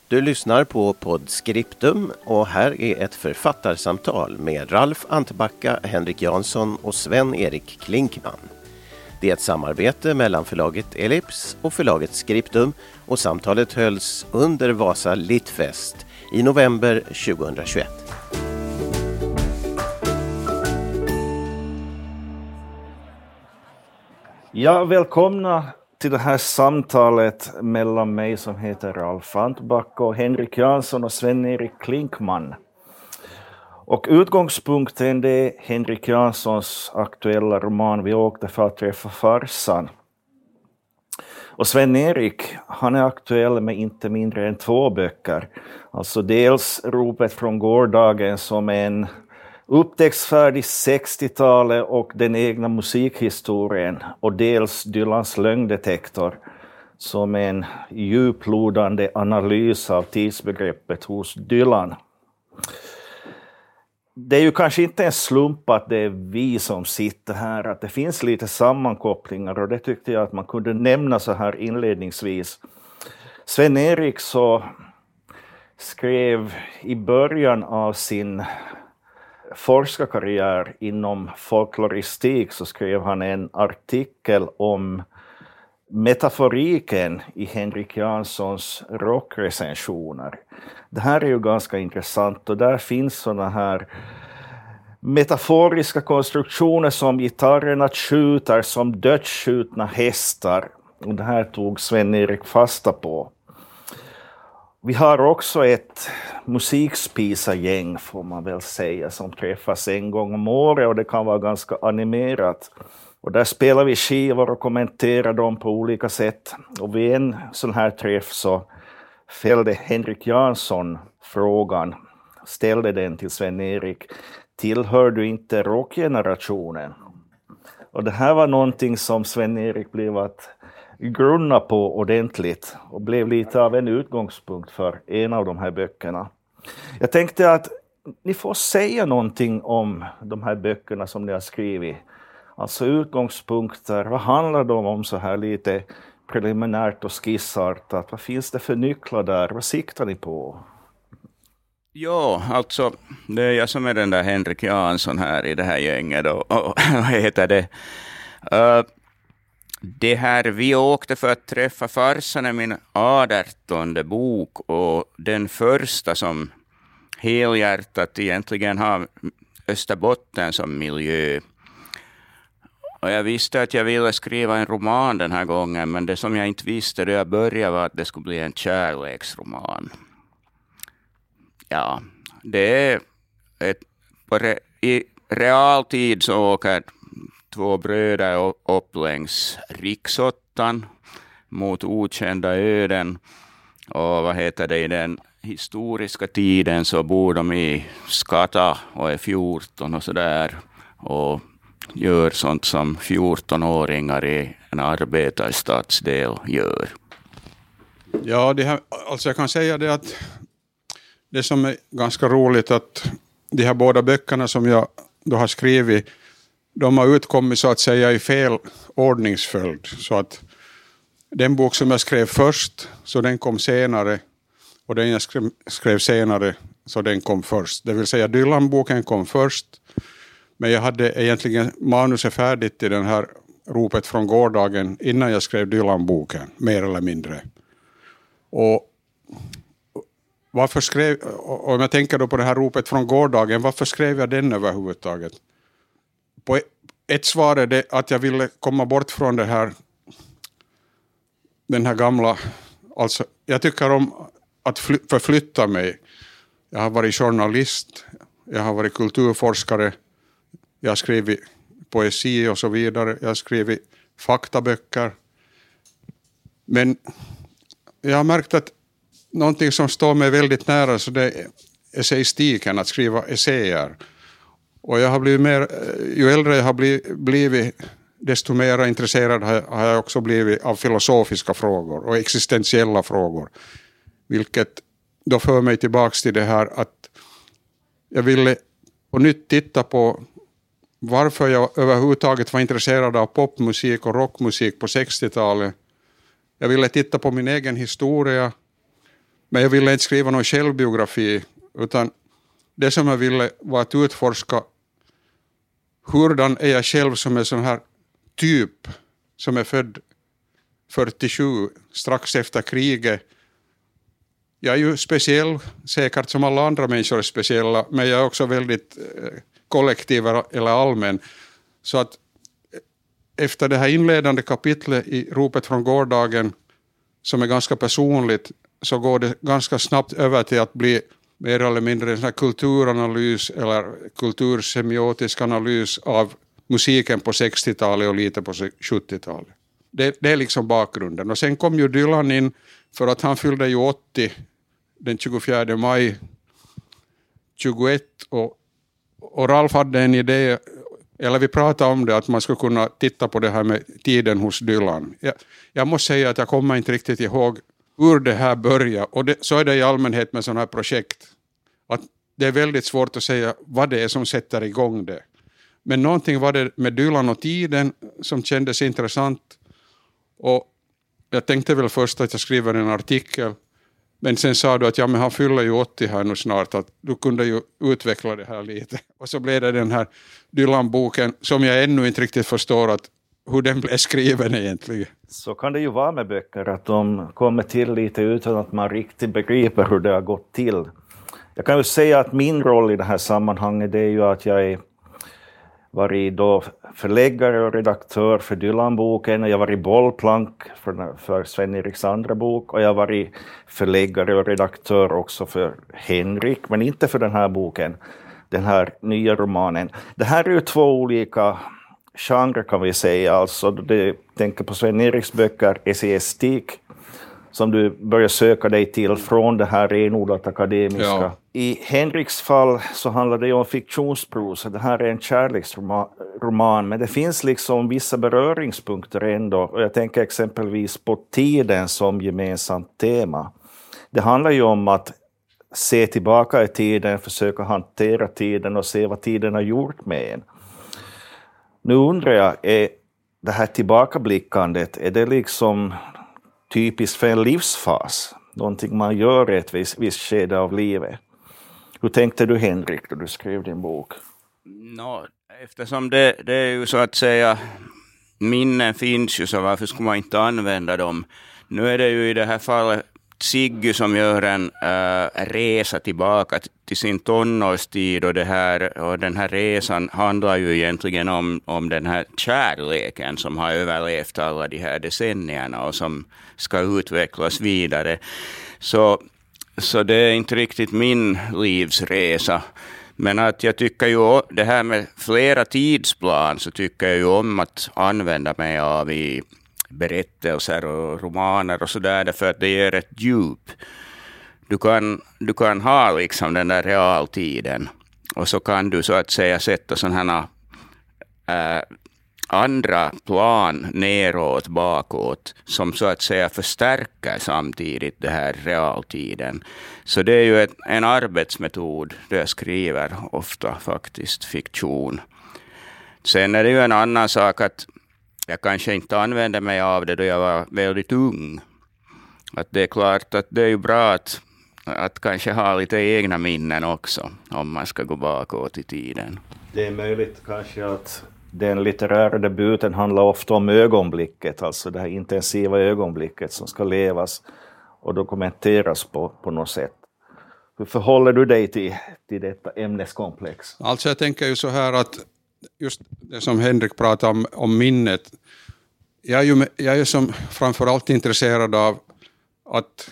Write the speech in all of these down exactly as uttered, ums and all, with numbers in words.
Du lyssnar på Podscriptum och här är ett författarsamtal med Ralf Antbacka, Henrik Jansson och Sven-Erik Klinkman. Det är ett samarbete mellan förlaget Ellipse och förlaget Scriptum och samtalet hölls under Vasa Litfest i november tjugohundratjugoett. Ja, välkomna till det här samtalet mellan mig som heter Ralf Antbacka och Henrik Jansson och Sven-Erik Klinkman. Och utgångspunkten det är Henrik Janssons aktuella roman Vi åkte för att träffa farsan. Och Sven-Erik, han är aktuell med inte mindre än två böcker. Alltså dels Ropet från gårdagen som är en upptäcktsfärd i sextiotalet och den egna musikhistorien, och dels Dylans lögndetektor som är en djuplodande analys av tidsbegreppet hos Dylan. Det är ju kanske inte en slump att det är vi som sitter här, att det finns lite sammankopplingar, och det tyckte jag att man kunde nämna så här inledningsvis. Sven-Erik så skrev i början av sin forskarkarriär inom folkloristik så skrev han en artikel om metaforiken i Henrik Janssons rockrecensioner. Det här är ju ganska intressant, och där finns sådana här metaforiska konstruktioner som gitarrerna skjuter som dödsskjutna hästar, och det här tog Sven-Erik fasta på. Vi har också ett musikspisargäng får man väl säga som träffas en gång om året, och det kan vara ganska animerat. Och där spelar vi skivor och kommenterar dem på olika sätt. Och vid en sån här träff så fällde Henrik Jansson frågan, ställde den till Sven-Erik: tillhör du inte rockgenerationen? Och det här var någonting som Sven-Erik blev att grunna på ordentligt och blev lite av en utgångspunkt för en av de här böckerna. Jag tänkte att ni får säga någonting om de här böckerna som ni har skrivit. Alltså utgångspunkter, vad handlar de om så här lite preliminärt och skissartat? Vad finns det för nycklar där? Vad siktar ni på? Ja, alltså det är jag som är den där Henrik Jansson här i det här gänget. Och, och vad heter det? Uh, Det här Vi åkte för att träffa farsan är min artonde bok, och den första som helhjärtat egentligen har Österbotten som miljö. Och jag visste att jag ville skriva en roman den här gången, men det som jag inte visste då jag började var att det skulle bli en kärleksroman. Ja, det är ett, på re, i realtid så åker två bröder upp längs riksåttan mot okända öden, och vad heter det, i den historiska tiden så bor de i Skata och är fjorton och sådär och gör sånt som fjortonåringar i en arbetarstadsdel gör. Ja, det här, alltså jag kan säga det att det som är ganska roligt att de här båda böckerna som jag då har skrivit, de har utkommit så att säga i fel ordningsföljd. Så att den bok som jag skrev först, så den kom senare. Och den jag skrev, skrev senare, så den kom först. Det vill säga Dylan-boken kom först. Men jag hade egentligen manuset färdigt i den här Ropet från gårdagen innan jag skrev Dylan-boken, mer eller mindre. Och varför skrev, och om jag tänker då på det här Ropet från gårdagen, varför skrev jag den överhuvudtaget? På ett svar är det att jag ville komma bort från det här, den här gamla, alltså jag tycker om att fly, förflytta mig. Jag har varit journalist, jag har varit kulturforskare, jag har skrivit poesi och så vidare, jag har skrivit faktaböcker. Men jag har märkt att någonting som står mig väldigt nära, så det är essayistiken, att skriva essäer. Och jag har blivit mer, ju äldre jag har blivit, blivit desto mer intresserad har jag också blivit av filosofiska frågor och existentiella frågor. Vilket då för mig tillbaka till det här att jag ville på nytt titta på varför jag överhuvudtaget var intresserad av popmusik och rockmusik på sextiotalet. Jag ville titta på min egen historia Men jag ville inte skriva någon självbiografi, utan det som jag ville var att utforska hurdan är jag själv som en sån här typ som är född fyrtiosju, strax efter kriget. Jag är ju speciell, säkert som alla andra människor är speciella, men jag är också väldigt eh, kollektiv eller allmän. Så att efter det här inledande kapitlet i Ropet från gårdagen, som är ganska personligt, så går det ganska snabbt över till att bli mer eller mindre en sån här kulturanalys eller kultursemiotisk analys av musiken på sextiotalet och lite på sjuttiotalet. Det, det är liksom bakgrunden. Och sen kom ju Dylan in, för att han fyllde ju åttio den tjugofjärde maj tjugoett, och, och Ralf hade en idé, eller vi pratade om det, att man skulle kunna titta på det här med tiden hos Dylan. Jag, jag måste säga att jag kommer inte riktigt ihåg hur det här börjar, och det, så är det i allmänhet med sådana här projekt, att det är väldigt svårt att säga vad det är som sätter igång det. Men någonting var det med Dylan och tiden som kändes intressant, och jag tänkte väl först att jag skriver en artikel, men sen sa du att ja, men han fyller ju åttio här nu snart, att du kunde ju utveckla det här lite. Och så blev det den här Dylan-boken som jag ännu inte riktigt förstår att hur den blev skriven egentligen. Så kan det ju vara med böcker, att de kommer till lite utan att man riktigt begriper hur det har gått till. Jag kan ju säga att min roll i det här sammanhanget, det är ju att jag är varit då förläggare och redaktör för Dylan-boken, och jag var i bollplank för, för Sven-Eriks andra bok, och jag var i förläggare och redaktör också för Henrik, men inte för den här boken, den här nya romanen. Det här är ju två olika genrer kan vi säga, alltså det tänker på Sven-Eriks böcker, essäistik, som du börjar söka dig till från det här renodlat akademiska. Ja. I Henriks fall så handlar det om fiktionsprosa. Det här är en kärleksroman, men det finns liksom vissa beröringspunkter ändå. Och jag tänker exempelvis på tiden som gemensamt tema. Det handlar ju om att se tillbaka i tiden, försöka hantera tiden och se vad tiden har gjort med en. Nu undrar jag, är det här tillbakablickandet, är det liksom typiskt för en livsfas? Någonting man gör i ett visst, visst skede av livet. Hur tänkte du, Henrik, då du skrev din bok? No, eftersom det, det är ju så att säga, minnen finns ju, så varför skulle man inte använda dem? Nu är det ju i det här fallet Siggy som gör en uh, resa tillbaka till sin tonårstid, och, det här, och den här resan handlar ju egentligen om, om den här kärleken som har överlevt alla de här decennierna och som ska utvecklas vidare. Så, så det är inte riktigt min livsresa. Men att jag tycker ju det här med flera tidsplan, så tycker jag ju om att använda mig av i berättelser och romaner och sådär, därför att det ger ett djup. Du kan, du kan ha liksom den där realtiden, och så kan du så att säga sätta sådana äh, andra plan neråt, bakåt, som så att säga förstärker samtidigt det här realtiden. Så det är ju ett, en arbetsmetod där jag skriver ofta faktiskt fiktion. Sen är det ju en annan sak att jag kanske inte använde mig av det då jag var väldigt ung. Att det är klart att det är ju bra att, att kanske ha lite egna minnen också, om man ska gå bakåt i tiden. Det är möjligt kanske att den litterära debuten handlar ofta om ögonblicket, alltså det här intensiva ögonblicket som ska levas och dokumenteras på, på något sätt. Hur förhåller du dig till, till detta ämneskomplex? Alltså jag tänker ju så här att just det som Henrik pratade om, om minnet. Jag är ju jag är som framförallt intresserad av att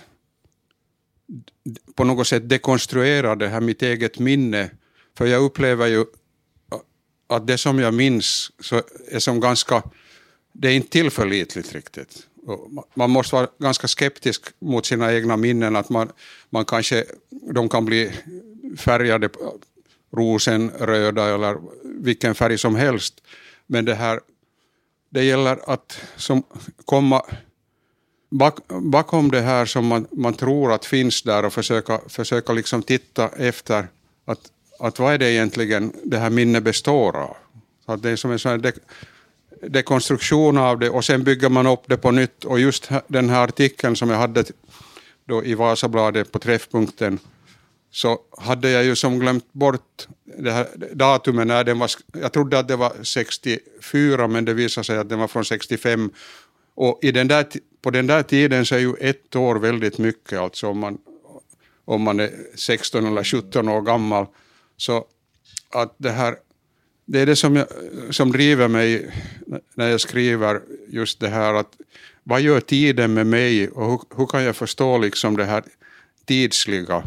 på något sätt dekonstruera det här mitt eget minne. För jag upplever ju att det som jag minns så är som ganska, det är inte tillförlitligt riktigt. Man måste vara ganska skeptisk mot sina egna minnen, att man, man kanske, de kan bli färgade rosenröda eller vilken färg som helst. Men det här, det gäller att som komma bak, bakom det här som man, man tror att finns där och försöka, försöka liksom titta efter att, att vad är det egentligen det här minne består av. Så att det är som en sån här de, dekonstruktion av det, och sen bygger man upp det på nytt. Och just den här artikeln som jag hade då i Vasabladet på träffpunkten, så hade jag ju som glömt bort det här datumet när den var, jag trodde att det var sextiofyra, men det visade sig att den var från sextiofem. Och i den där, på den där tiden så är ju ett år väldigt mycket, alltså om man, om man är sexton eller sjutton år gammal. Så att det här, det är det som, jag, som driver mig när jag skriver, just det här att vad gör tiden med mig och hur, hur kan jag förstå liksom det här tidsliga.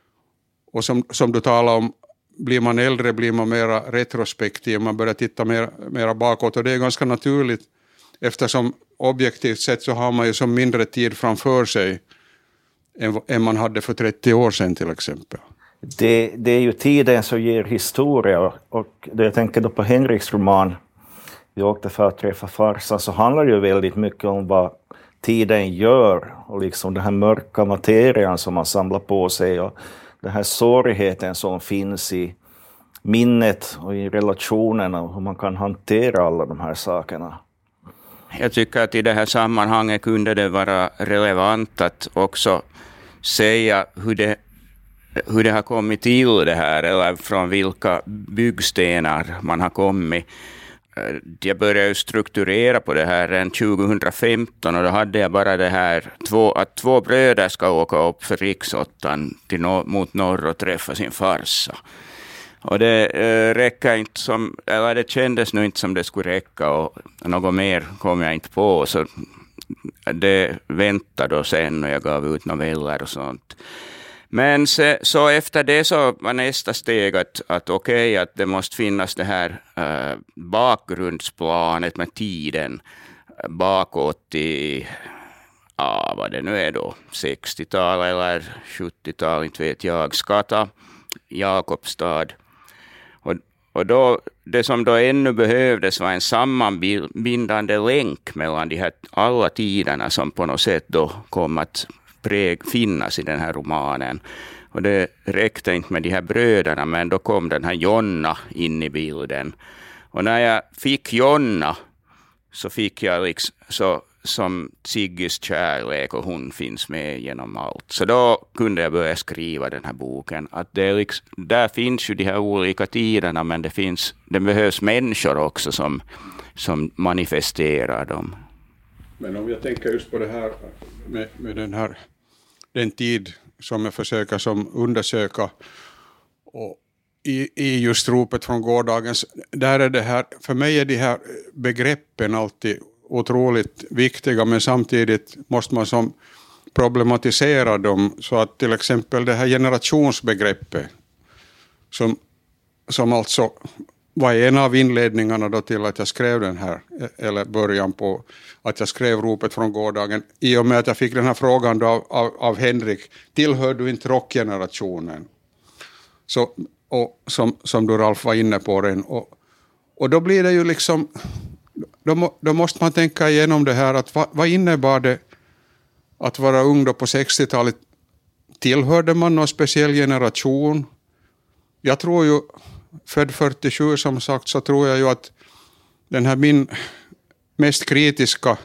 Och som, som du talar om, blir man äldre blir man mera retrospektiv, man börjar titta mer, mera bakåt, och det är ganska naturligt eftersom objektivt sett så har man ju som mindre tid framför sig än, än man hade för trettio år sedan till exempel. Det, det är ju tiden som ger historia, och det jag tänker då på Henriks roman Vi åkte för att träffa farsan, så handlar det ju väldigt mycket om vad tiden gör och liksom den här mörka materian som man samlar på sig och den här sårigheten som finns i minnet och i relationerna och hur man kan hantera alla de här sakerna. Jag tycker att i det här sammanhanget kunde det vara relevant att också säga hur det, hur det har kommit till det här, eller från vilka byggstenar man har kommit. Jag började strukturera på det här redan tjugohundrafemton, och då hade jag bara det här två, att två bröder ska åka upp för riksåttan till no, mot norr och träffa sin farsa. Och det eh, räcker inte som, eller det kändes nu inte som det skulle räcka, och något mer kom jag inte på, så det väntade då sen och jag gav ut noveller och sånt. Men så, så efter det så var nästa steg att, att okej, okay, att det måste finnas det här äh, bakgrundsplanet med tiden bakåt i, ja, vad det nu är då, sextiotal eller sjuttiotal, inte vet jag, Skata, Jakobstad. Och, och då, det som då ännu behövdes var en sammanbindande länk mellan de här alla tiderna som på något sätt då kom att präg finnas i den här romanen. Och det räckte inte med de här bröderna, men då kom den här Jonna in i bilden. Och när jag fick Jonna så fick jag liksom så, som Siggis kärlek, och hon finns med genom allt. Så då kunde jag börja skriva den här boken. Att det är liksom, där finns ju de här olika tiderna, men det, finns, det behövs människor också som, som manifesterar dem. Men om jag tänker just på det här med, med den här den tid som jag försöker som undersöka och i, i just ropet från gårdagens, där är det här, för mig är de här begreppen alltid otroligt viktiga, men samtidigt måste man som problematisera dem, så att till exempel det här generationsbegreppet som, som alltså var en av inledningarna då till att jag skrev den här, eller början på att jag skrev ropet från gårdagen, i och med att jag fick den här frågan då av, av, av Henrik, tillhör du inte rockgenerationen? Så, och som, som du Ralf var inne på den, och, och då blir det ju liksom, då, då måste man tänka igenom det här, att vad, vad innebar det att vara ung då på sextiotalet? Tillhörde man någon speciell generation? Jag tror ju, född fyrtiosju som sagt, så tror jag ju att den här min mest kritiska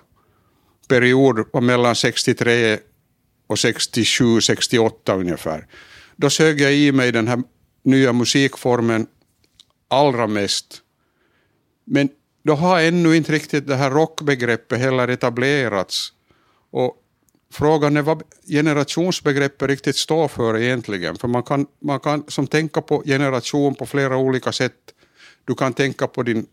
period var mellan sextiotre och sextiosju sextioåtta ungefär. Då sög jag i mig den här nya musikformen allra mest. Men då har ännu inte riktigt det här rockbegreppet heller etablerats. Och frågan är vad generationsbegreppet riktigt står för egentligen. För man kan, man kan som tänka på generation på flera olika sätt. Du kan tänka på din,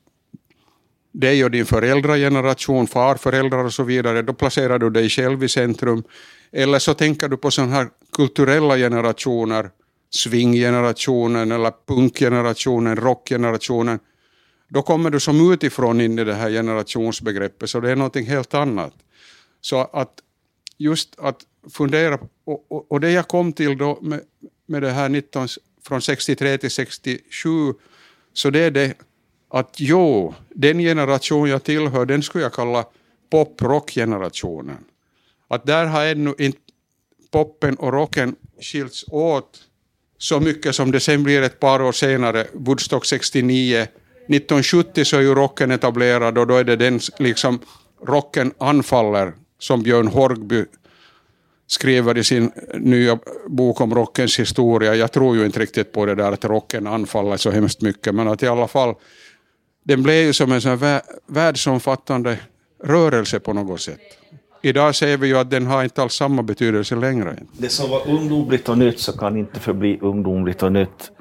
dig och din föräldrageneration, farföräldrar och så vidare. Då placerar du dig själv i centrum. Eller så tänker du på sådana här kulturella generationer. Swinggenerationen eller punkgenerationen, rockgenerationen. Då kommer du som utifrån in i det här generationsbegreppet. Så det är någonting helt annat. Så att just att fundera, och, och, och det jag kom till då med, med det här nitton, från sextiotre till sextiosju, så det är det att jo, den generation jag tillhör, den skulle jag kalla pop-rock-generationen. Att där har ännu inte poppen och rocken skilts åt så mycket som det sen blir ett par år senare, Woodstock sextionio, nittonhundrasjuttio så är ju rocken etablerad, och då är det den liksom rocken anfaller, som Björn Horgby skriver i sin nya bok om rockens historia. Jag tror ju inte riktigt på det där att rocken anfaller så hemskt mycket, men att i alla fall den blev ju som en sån här världsomfattande rörelse på något sätt. Idag ser vi ju att den har inte alls samma betydelse längre. Det som var ungdomligt och nytt så kan inte förbli ungdomligt och nytt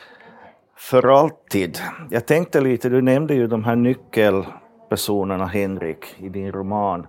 för alltid. Jag tänkte lite, du nämnde ju de här nyckelpersonerna, Henrik, i din roman.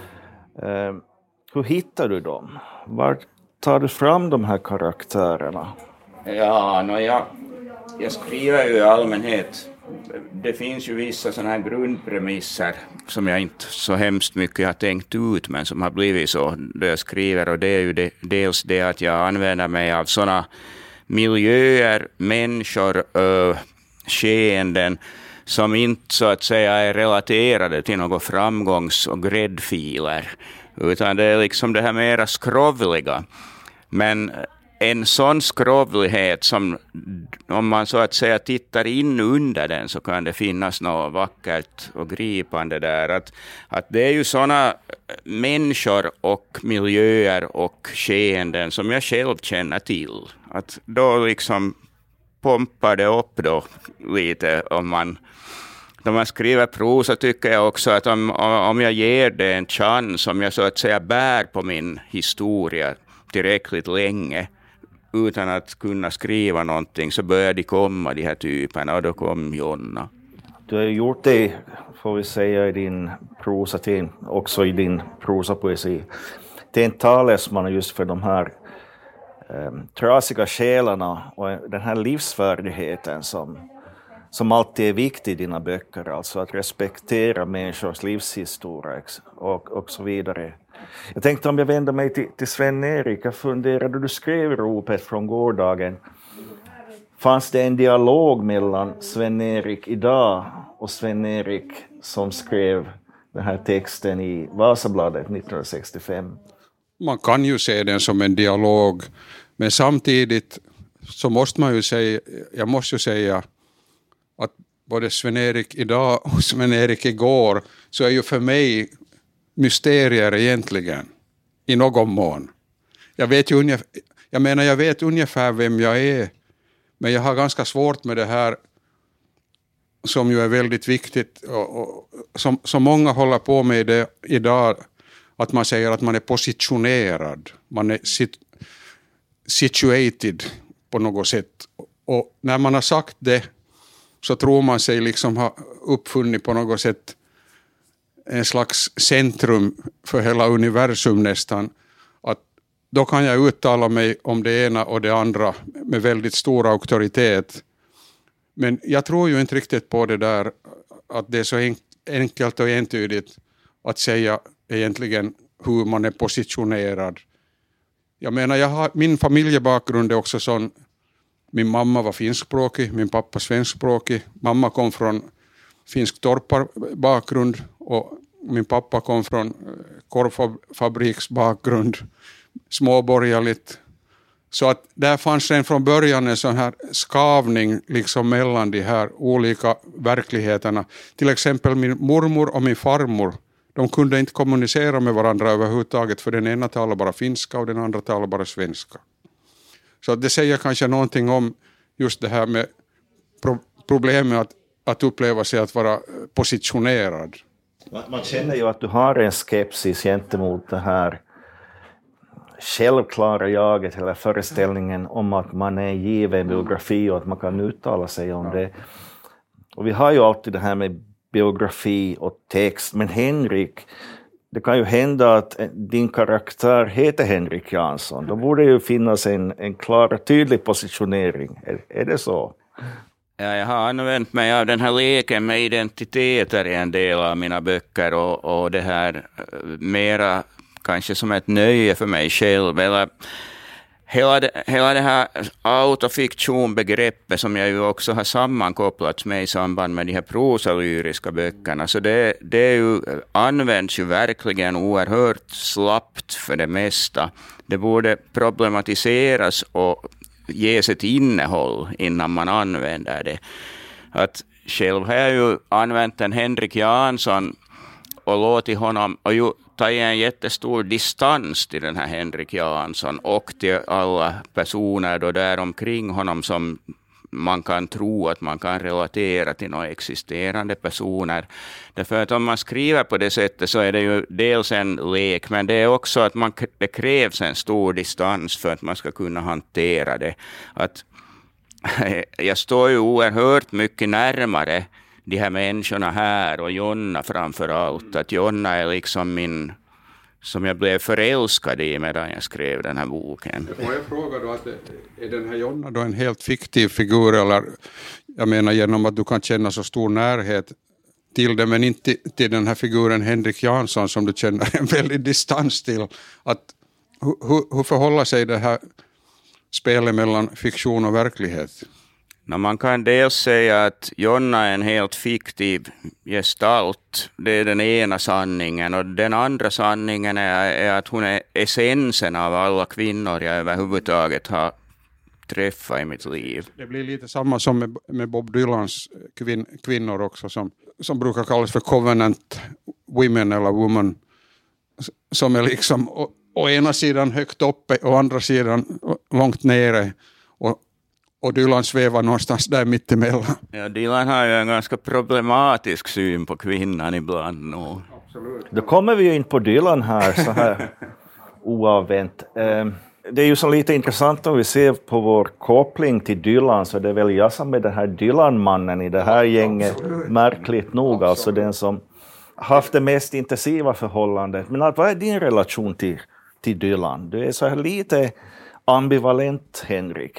Eh, hur hittar du dem? Var tar du fram de här karaktärerna? Ja, no, jag, jag skriver ju i allmänhet. Det finns ju vissa sådana här grundpremisser som jag inte så hemskt mycket har tänkt ut, men som har blivit så då jag skriver, och det är ju det, dels det att jag använder mig av sådana miljöer, människor, äh, skeenden som inte så att säga är relaterade till några framgångs- och gräddfiler, utan det är liksom det här mera skrovliga. Men en sån skrovlighet som, om man så att säga tittar in under den, så kan det finnas något vackert och gripande där. Att, att det är ju såna människor och miljöer och skeenden som jag själv känner till. Att då liksom pumpar det upp då lite. Om man, när man skriver prosa tycker jag också att om, om jag ger det en chans, om jag så att säga bär på min historia tillräckligt länge utan att kunna skriva någonting, så börjar de komma, de här typerna, och då kom Jonna. Du har gjort det, får vi säga, i din prosa, till, också i din prosapoesi. Det är en talesman just för de här eh, trasiga själarna och den här livsvärdigheten som, som alltid är viktig i dina böcker, alltså att respektera människors livshistoria och, och så vidare. Jag tänkte om jag vänder mig till, till Sven-Erik, jag funderade, du skrev ropet från gårdagen. Fanns det en dialog mellan Sven-Erik idag och Sven-Erik som skrev den här texten i Vasabladet nittonhundrasextiofem? Man kan ju se den som en dialog, men samtidigt så måste man ju säga, jag måste ju säga att både Sven-Erik idag och Sven-Erik igår, så är ju för mig mysterier egentligen i någon mån. Jag vet ju ungefär, jag menar jag vet ungefär vem jag är, men jag har ganska svårt med det här som ju är väldigt viktigt och, och som, som många håller på med det idag, att man säger att man är positionerad, man är sit, situated på något sätt, och när man har sagt det så tror man sig liksom ha uppfunnit på något sätt en slags centrum för hela universum nästan, att då kan jag uttala mig om det ena och det andra med väldigt stor auktoritet. Men jag tror ju inte riktigt på det där att det är så enkelt och entydigt att säga egentligen hur man är positionerad. Jag menar, jag har, min familjebakgrund är också sån. Min mamma var finskspråkig, min pappa svenskspråkig. Mamma kom från finsk torparbakgrund och min pappa kom från korvfabriksbakgrund, småborgerligt. Så att där fanns redan från början en sån här skavning liksom mellan de här olika verkligheterna. Till exempel min mormor och min farmor, de kunde inte kommunicera med varandra överhuvudtaget, för den ena talar bara finska och den andra talar bara svenska. Så det säger kanske någonting om just det här med pro- problemet att, att uppleva sig att vara positionerad. Man känner ju att du har en skepsis gentemot det här självklara jaget eller föreställningen om att man är given biografi och att man kan uttala sig om det. Och vi har ju alltid det här med biografi och text, men Henrik, det kan ju hända att din karaktär heter Henrik Jansson. Då borde ju finnas en, en klar och tydlig positionering. Är, är det så? Ja, jag har använt mig av den här leken med identiteter i en del av mina böcker, och, och det här mera kanske som ett nöje för mig själv. Eller hela det, hela det här autofiktionbegreppet som jag ju också har sammankopplat med i samband med de här prosalyriska böckerna. Så det, det är ju, används ju verkligen oerhört slappt för det mesta. Det borde problematiseras och ges ett innehåll innan man använder det. Att själv har jag ju använt en Henrik Jansson, och låtit honom och ju, ta en jättestor distans till den här Henrik Jansson och till alla personer då där omkring honom som man kan tro att man kan relatera till några existerande personer. Därför att om man skriver på det sättet så är det ju dels en lek, men det är också att man, det krävs en stor distans för att man ska kunna hantera det. Att jag står ju oerhört mycket närmare de här människorna här och Jonna framför allt. Att Jonna är liksom min, som jag blev förälskad i medan jag skrev den här boken. Får jag fråga då, att är den här Jonna då en helt fiktiv figur, eller jag menar genom att du kan känna så stor närhet till det, men inte till den här figuren Henrik Jansson som du känner en väldigt distans till. Att, hur, hur förhåller sig det här spelet mellan fiktion och verklighet? No, man kan dels säga att Jonna är en helt fiktiv gestalt. Det är den ena sanningen. Och den andra sanningen är, är att hon är essensen av alla kvinnor jag överhuvudtaget har träffat i mitt liv. Det blir lite samma som med, med Bob Dylans kvin, kvinnor också, som, som brukar kallas för covenant women eller woman, som är liksom å, å ena sidan högt uppe och å andra sidan långt nere, och Och Dylan svävar någonstans där mittemellan. Ja, Dylan har ju en ganska problematisk syn på kvinnan ibland nog. Absolut. Då kommer vi ju in på Dylan här så här oavvänt. Det är ju så lite intressant om vi ser på vår koppling till Dylan, så det är väl jag som är den här Dylan-mannen i det här gänget. Absolut. Märkligt nog, absolut. Alltså den som haft det mest intensiva förhållandet. Men vad är din relation till, till Dylan? Du är så här lite ambivalent, Henrik.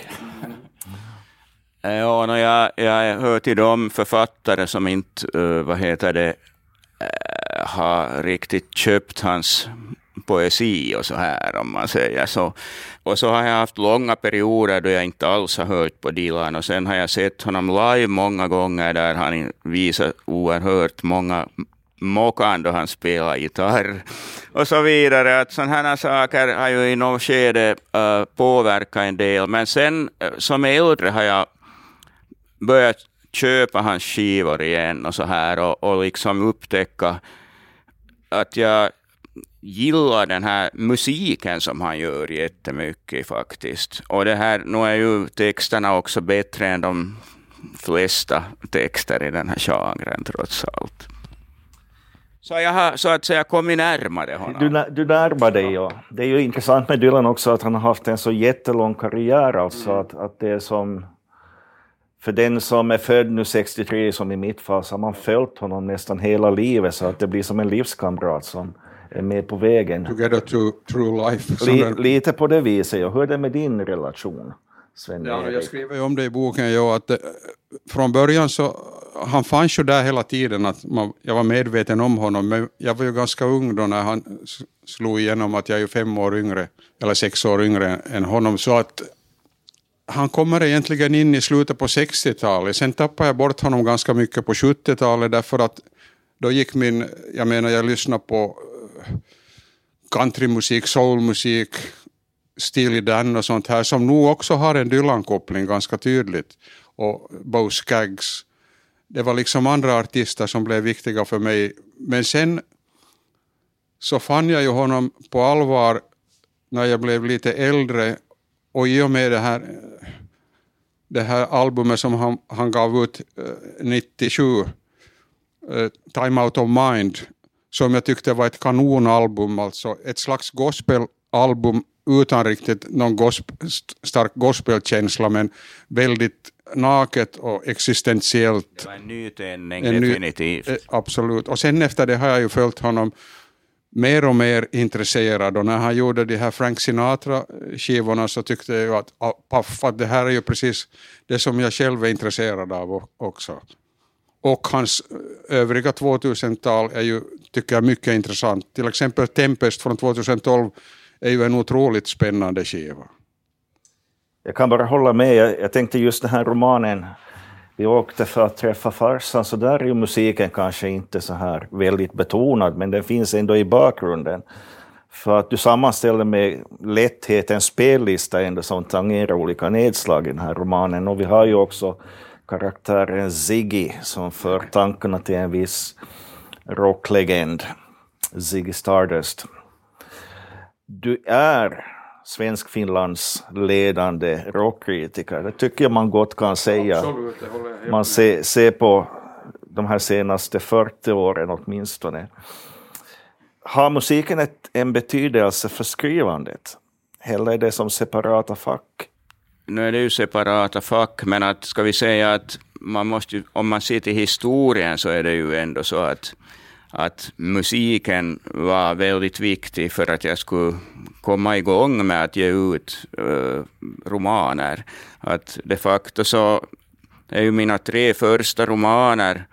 Ja, no, jag, jag hör till de författare som inte, uh, vad heter det, uh, har riktigt köpt hans poesi och så här, om man säger så. Och så har jag haft långa perioder då jag inte alls har hört på Dylan, och sen har jag sett honom live många gånger där han visar oerhört många mokan då han spelar gitarr och så vidare. Att sådana här saker har ju i något skede uh, påverkat en del, men sen uh, som äldre har jag börjat köpa hans skivor igen och så här, och, och liksom upptäcka att jag gillar den här musiken som han gör jättemycket faktiskt. Och det här, nu är ju texterna också bättre än de flesta texter i den här genren trots allt. Så jag har så att säga kommit närmare honom. Du, du närmar dig, ja. Det är ju intressant med Dylan också att han har haft en så jättelång karriär, alltså mm. att, att det är som... För den som är född nu sextiotre, som i mitt fall, så har man följt honom nästan hela livet, så att det blir som en livskamrat som är med på vägen. Together to true life. Li, lite på det viset. Jag hörde med din relation, Sven. Ja, jag skriver ju om det i boken, ja, att från början så, han fanns ju där hela tiden, att man, jag var medveten om honom, men jag var ju ganska ung då när han slog igenom att jag är ju fem år yngre, eller sex år yngre än honom, så att han kommer egentligen in i slutet på sextiotalet. Sen tappade jag bort honom ganska mycket på sjuttiotalet, därför att då gick min, jag menar jag lyssnade på countrymusik, soulmusik, Steely Dan och sånt här, som nog också har en Dylan-koppling ganska tydligt. Och Bo Skaggs. Det var liksom andra artister som blev viktiga för mig. Men sen så fann jag ju honom på allvar när jag blev lite äldre. Och i och med det här, det här albumet som han, han gav ut eh, nittiosju, eh, Time Out of Mind, som jag tyckte var ett kanonalbum, alltså ett slags gospelalbum utan riktigt någon gosp- stark gospelkänsla, men väldigt naket och existentiellt. Det var en nytändning, en definitivt. Ny, eh, absolut. Och sen efter det har jag ju följt honom mer och mer intresserad, och när han gjorde de här Frank Sinatra-skivorna så tyckte jag att, paff, att det här är ju precis det som jag själv är intresserad av också. Och hans övriga tvåtusental är ju, tycker jag, mycket intressant. Till exempel Tempest från tjugotolv är ju en otroligt spännande skiva. Jag kan bara hålla med. Jag, jag tänkte just den här romanen, vi åkte för att träffa farsan, så där är ju musiken kanske inte så här väldigt betonad, men den finns ändå i bakgrunden. För att du sammanställer med lätthet en spellista ändå som tangerar olika nedslag i den här romanen. Och vi har ju också karaktären Ziggy som för tankarna till en viss rocklegend Ziggy Stardust. Du är Svensk-Finlands ledande rockkritiker. Det tycker jag man gott kan säga. Absolut, det håller jag helt man ser, ser på de här senaste fyrtio åren åtminstone. Har musiken ett, en betydelse för skrivandet? Eller är det som separata fack? Nu är det ju separata fack, men att ska vi säga att man måste ju, om man ser till historien så är det ju ändå så att, att musiken var väldigt viktig för att jag skulle komma igång med att ge ut uh, romaner. Att de facto så är ju mina tre första romaner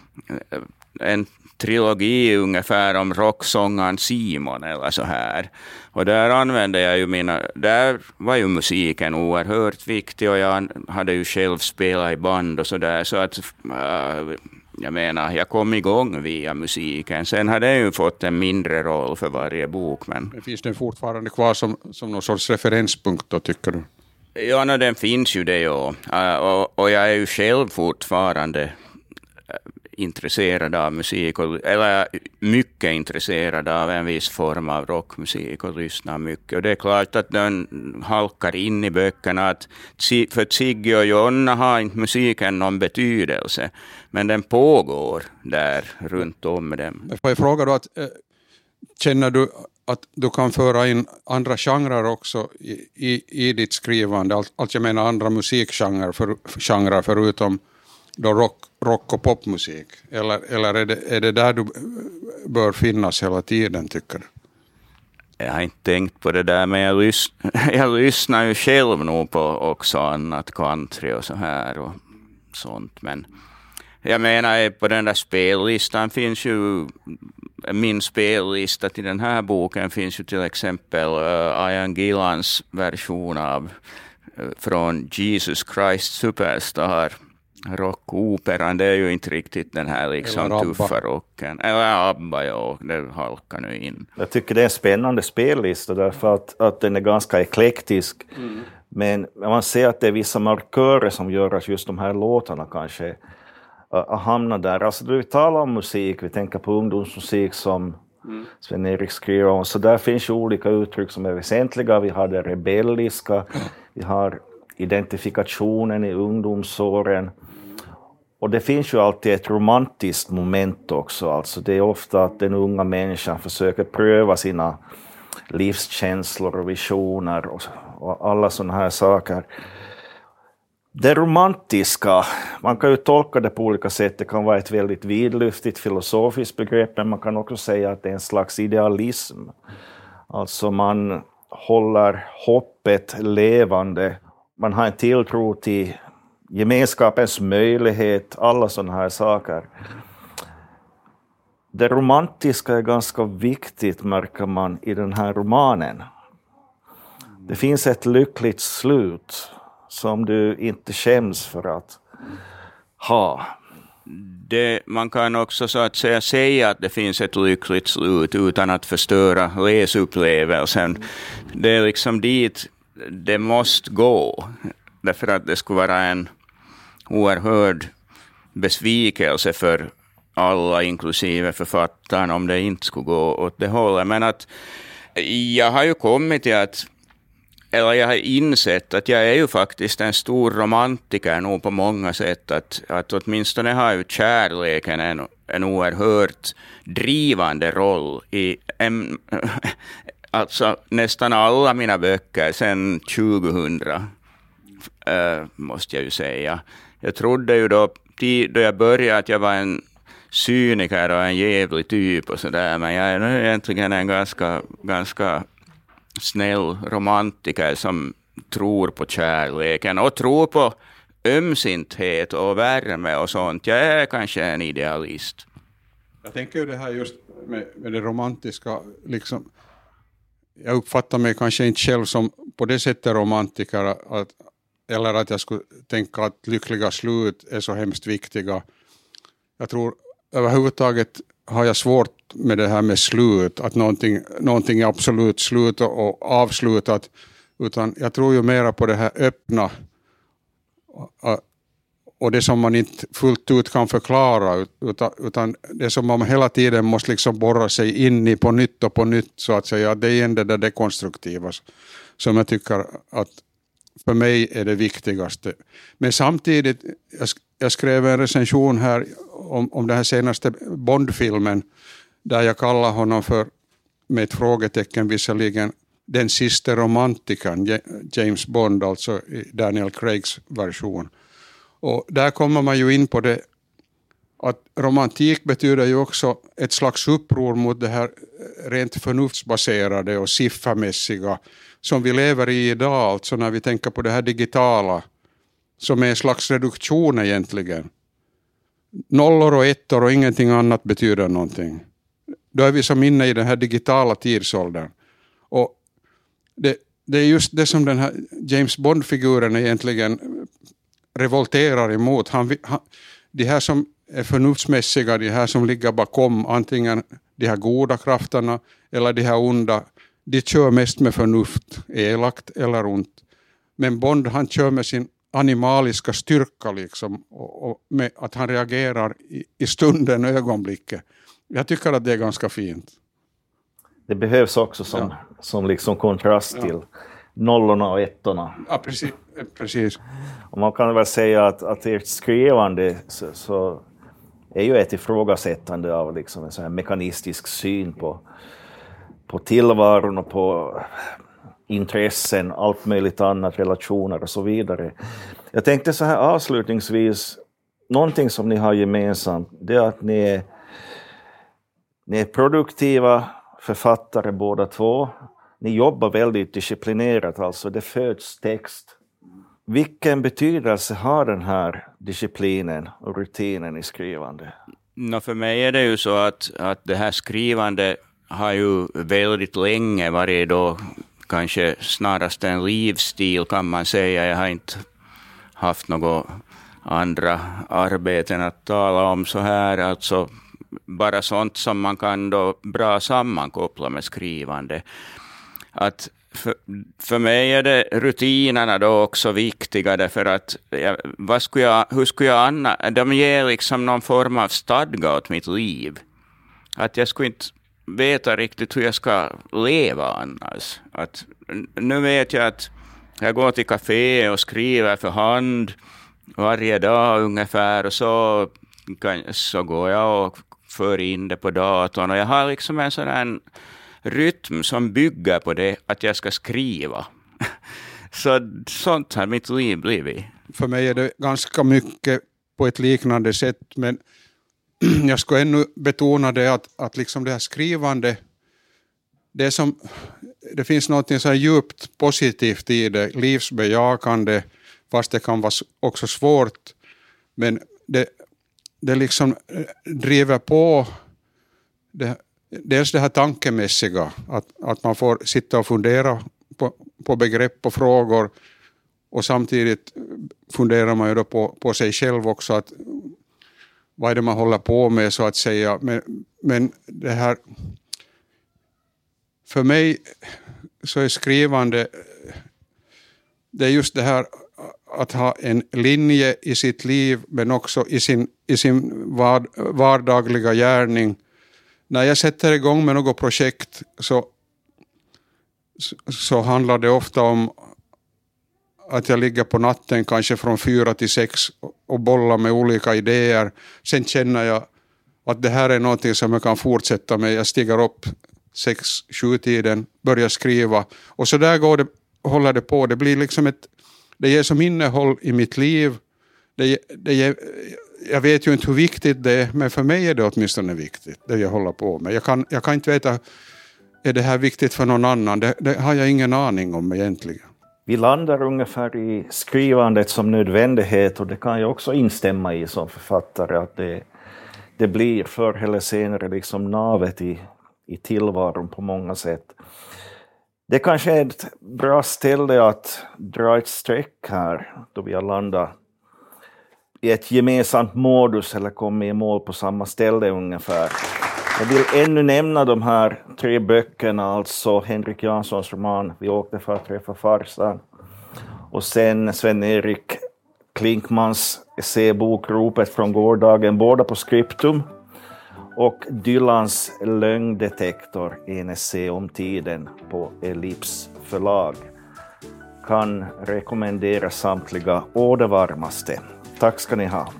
en trilogi ungefär om rocksångaren Simon eller så här. Och där använde jag ju mina, där var ju musiken oerhört viktig och jag hade ju själv spelat i band och så där, så att äh, jag menar, jag kom igång via musiken. Sen hade jag ju fått en mindre roll för varje bok. Men, men finns den fortfarande kvar som, som någon sorts referenspunkt då, tycker du? Ja, no, den finns ju det ju. Uh, och, och jag är ju själv fortfarande uh, intresserad av musik, och, eller mycket intresserad av en viss form av rockmusik och lyssnar mycket. Och det är klart att den halkar in i böckerna. Att, för Sigge och Jonna har inte musiken någon betydelse, men den pågår där runt om med dem. Får jag fråga då, att, äh, känner du att du kan föra in andra genrer också i, i, i ditt skrivande? Allt, allt jag menar andra musikgenrer för, genrer förutom då rock, rock och popmusik. Eller, eller är, det, är det där du bör finnas hela tiden, tycker du? Jag har inte tänkt på det där, men jag, lys- jag lyssnar ju själv nog på också annat country och så här och sånt. Men jag menar, på den där spellistan finns ju, min spellista till den här boken finns ju till exempel uh, Ian Gillans version av uh, från Jesus Christ Superstar, rockoperan. Det är ju inte riktigt den här liksom tuffa rocken. Eller Abba, ja, det halkar nu in. Jag tycker det är en spännande spellista därför att, att den är ganska eklektisk. Mm. Men man ser att det är vissa markörer som gör att just de här låtarna kanske uh, hamnar där. Alltså vi talar om musik, vi tänker på ungdomsmusik som mm. Sven-Erik skriver om. Så där finns ju olika uttryck som är väsentliga. Vi har det rebelliska, mm. vi har identifikationen i ungdomsåren. Och det finns ju alltid ett romantiskt moment också. Alltså det är ofta att den unga människan försöker pröva sina livskänslor och visioner och, och alla sådana här saker. Det romantiska, man kan ju tolka det på olika sätt. Det kan vara ett väldigt vidlyftigt filosofiskt begrepp, men man kan också säga att det är en slags idealism. Alltså man håller hoppet levande. Man har en tilltro till gemenskapens möjlighet, alla sådana här saker. Det romantiska är ganska viktigt, märker man i den här romanen. Det finns ett lyckligt slut som du inte skäms för att ha. Det, man kan också så att säga säga att det finns ett lyckligt slut utan att förstöra läsupplevelsen. Det är liksom dit det måste gå. Därför att det skulle vara en oerhörd besvikelse för alla, inklusive författaren, om det inte skulle gå åt det hållet. Men att jag har ju kommit till att, eller jag har insett att jag är ju faktiskt en stor romantiker nog på många sätt. Att, att åtminstone har ju kärleken en, en oerhört drivande roll i en, alltså nästan alla mina böcker sedan tjugohundra. Uh, måste jag ju säga. Jag trodde ju då, då jag började att jag var en cyniker och en jävlig typ och sådär, men jag är nu egentligen en ganska, ganska snäll romantiker som tror på kärleken och tror på ömsinthet och värme och sånt. Jag är kanske en idealist. Jag tänker ju det här just med, med det romantiska, liksom, jag uppfattar mig kanske inte själv som på det sättet romantiker, att eller att jag skulle tänka att lyckliga slut är så hemskt viktiga. Jag tror överhuvudtaget har jag svårt med det här med slut. Att någonting, någonting är absolut slut och avslutat. Utan jag tror ju mera på det här öppna och det som man inte fullt ut kan förklara, utan, utan det som man hela tiden måste liksom borra sig in i på nytt och på nytt, så att säga. Det är det där dekonstruktiva som jag tycker att för mig är det viktigaste. Men samtidigt, jag, jag skrev en recension här om, om den här senaste Bond-filmen, där jag kallar honom för, med ett frågetecken visserligen, den sista romantikern, James Bond, alltså i Daniel Craigs version. Och där kommer man ju in på det att romantik betyder ju också ett slags uppror mot det här rent förnuftsbaserade och siffermässiga som vi lever i idag, alltså när vi tänker på det här digitala som är en slags reduktion egentligen. Nollor och ettor och ingenting annat betyder någonting. Då är vi som inne i den här digitala tidsåldern. Och det, det är just det som den här James Bond-figuren egentligen revolterar emot. Han, han, de här som är förnuftsmässiga, de här som ligger bakom, antingen de här goda krafterna eller de här onda, de kör mest med förnuft, elakt eller ont. Men Bond, han kör med sin animaliska styrka liksom, och, och med att han reagerar i, i stunden, ögonblicket. Jag tycker att det är ganska fint. Det behövs också som, ja. som liksom kontrast till ja. nollorna och ettorna. Ja, precis. precis. Och man kan väl säga att, att ert skrivande så, så är ju ett ifrågasättande av liksom en sån här mekanistisk syn på, på tillvaron och på intressen, allt möjligt annat, relationer och så vidare. Jag tänkte så här avslutningsvis, någonting som ni har gemensamt, det är att ni är, ni är produktiva författare båda två. Ni jobbar väldigt disciplinerat, alltså det föds text. Vilken betydelse har den här disciplinen och rutinen i skrivande? No, för mig är det ju så att, att det här skrivande har ju väldigt länge varit då kanske snarast en livsstil, kan man säga. Jag har inte haft några andra arbeten att tala om så här, alltså bara sånt som man kan då bra sammankoppla med skrivande. Att för, för mig är det rutinerna då också viktiga, därför att jag, vad skulle jag, hur skulle jag anna, de ger liksom någon form av stadga åt mitt liv. Att jag skulle inte veta riktigt hur jag ska leva annars. Att, nu vet jag att jag går till café och skriver för hand varje dag ungefär, och så, kan, så går jag och för in det på datorn, och jag har liksom en sån här rytm som bygger på det att jag ska skriva. Så sånt har mitt liv blivit. För mig är det ganska mycket på ett liknande sätt, men jag ska ännu betona det att, att liksom det här skrivande, det, som, det finns något så här djupt positivt i det, livsbejakande, fast det kan vara också svårt, men det, det liksom driver på det, dels det här tankemässiga, att, att man får sitta och fundera på, på begrepp och frågor, och samtidigt funderar man ju då på, på sig själv också, att vad är det man håller på med så att säga. Men, men det här, för mig så är skrivande, det är just det här att ha en linje i sitt liv, men också i sin, i sin vard, vardagliga gärning. När jag sätter igång med något projekt så, så, så handlar det ofta om att jag ligger på natten kanske från fyra till sex och bollar med olika idéer. Sen känner jag att det här är något som jag kan fortsätta med. Jag stiger upp sex, sju tiden, börjar skriva. Och så där går det, håller det på. Det blir liksom ett, det ger som innehåll i mitt liv. Det, det ger, jag vet ju inte hur viktigt det är, men för mig är det åtminstone viktigt, det jag håller på med. Jag kan, jag kan inte veta, är det här viktigt för någon annan? Det, det har jag ingen aning om egentligen. Vi landar ungefär i skrivandet som nödvändighet, och det kan jag också instämma i som författare, att det, det blir förr eller senare liksom navet i, i tillvaron på många sätt. Det kanske är ett bra ställe att dra ett streck här, då vi har landat i ett gemensamt modus eller kommit i mål på samma ställe ungefär. Jag vill ännu nämna de här tre böckerna, alltså Henrik Janssons roman Vi åkte för att träffa farsan, och sen Sven-Erik Klinkmans essébok Ropet från gårdagen, båda på Scriptum, och Dylans Lögndetektor, en essä om tiden, på Ellips förlag. Kan rekommendera samtliga å det varmaste. Tack ska ni ha.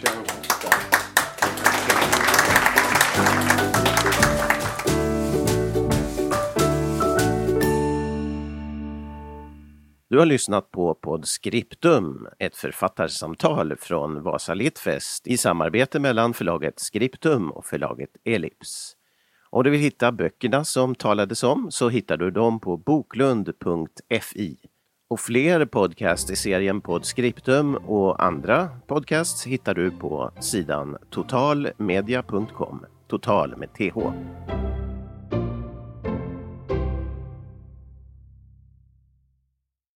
Du har lyssnat på Podscriptum, ett författarsamtal från Vasa Littfest i samarbete mellan förlaget Scriptum och förlaget Ellips. Om du vill hitta böckerna som talades om så hittar du dem på boklund punkt fi. Och fler podcast i serien Podscriptum och andra podcasts hittar du på sidan totalmedia punkt com, total med th.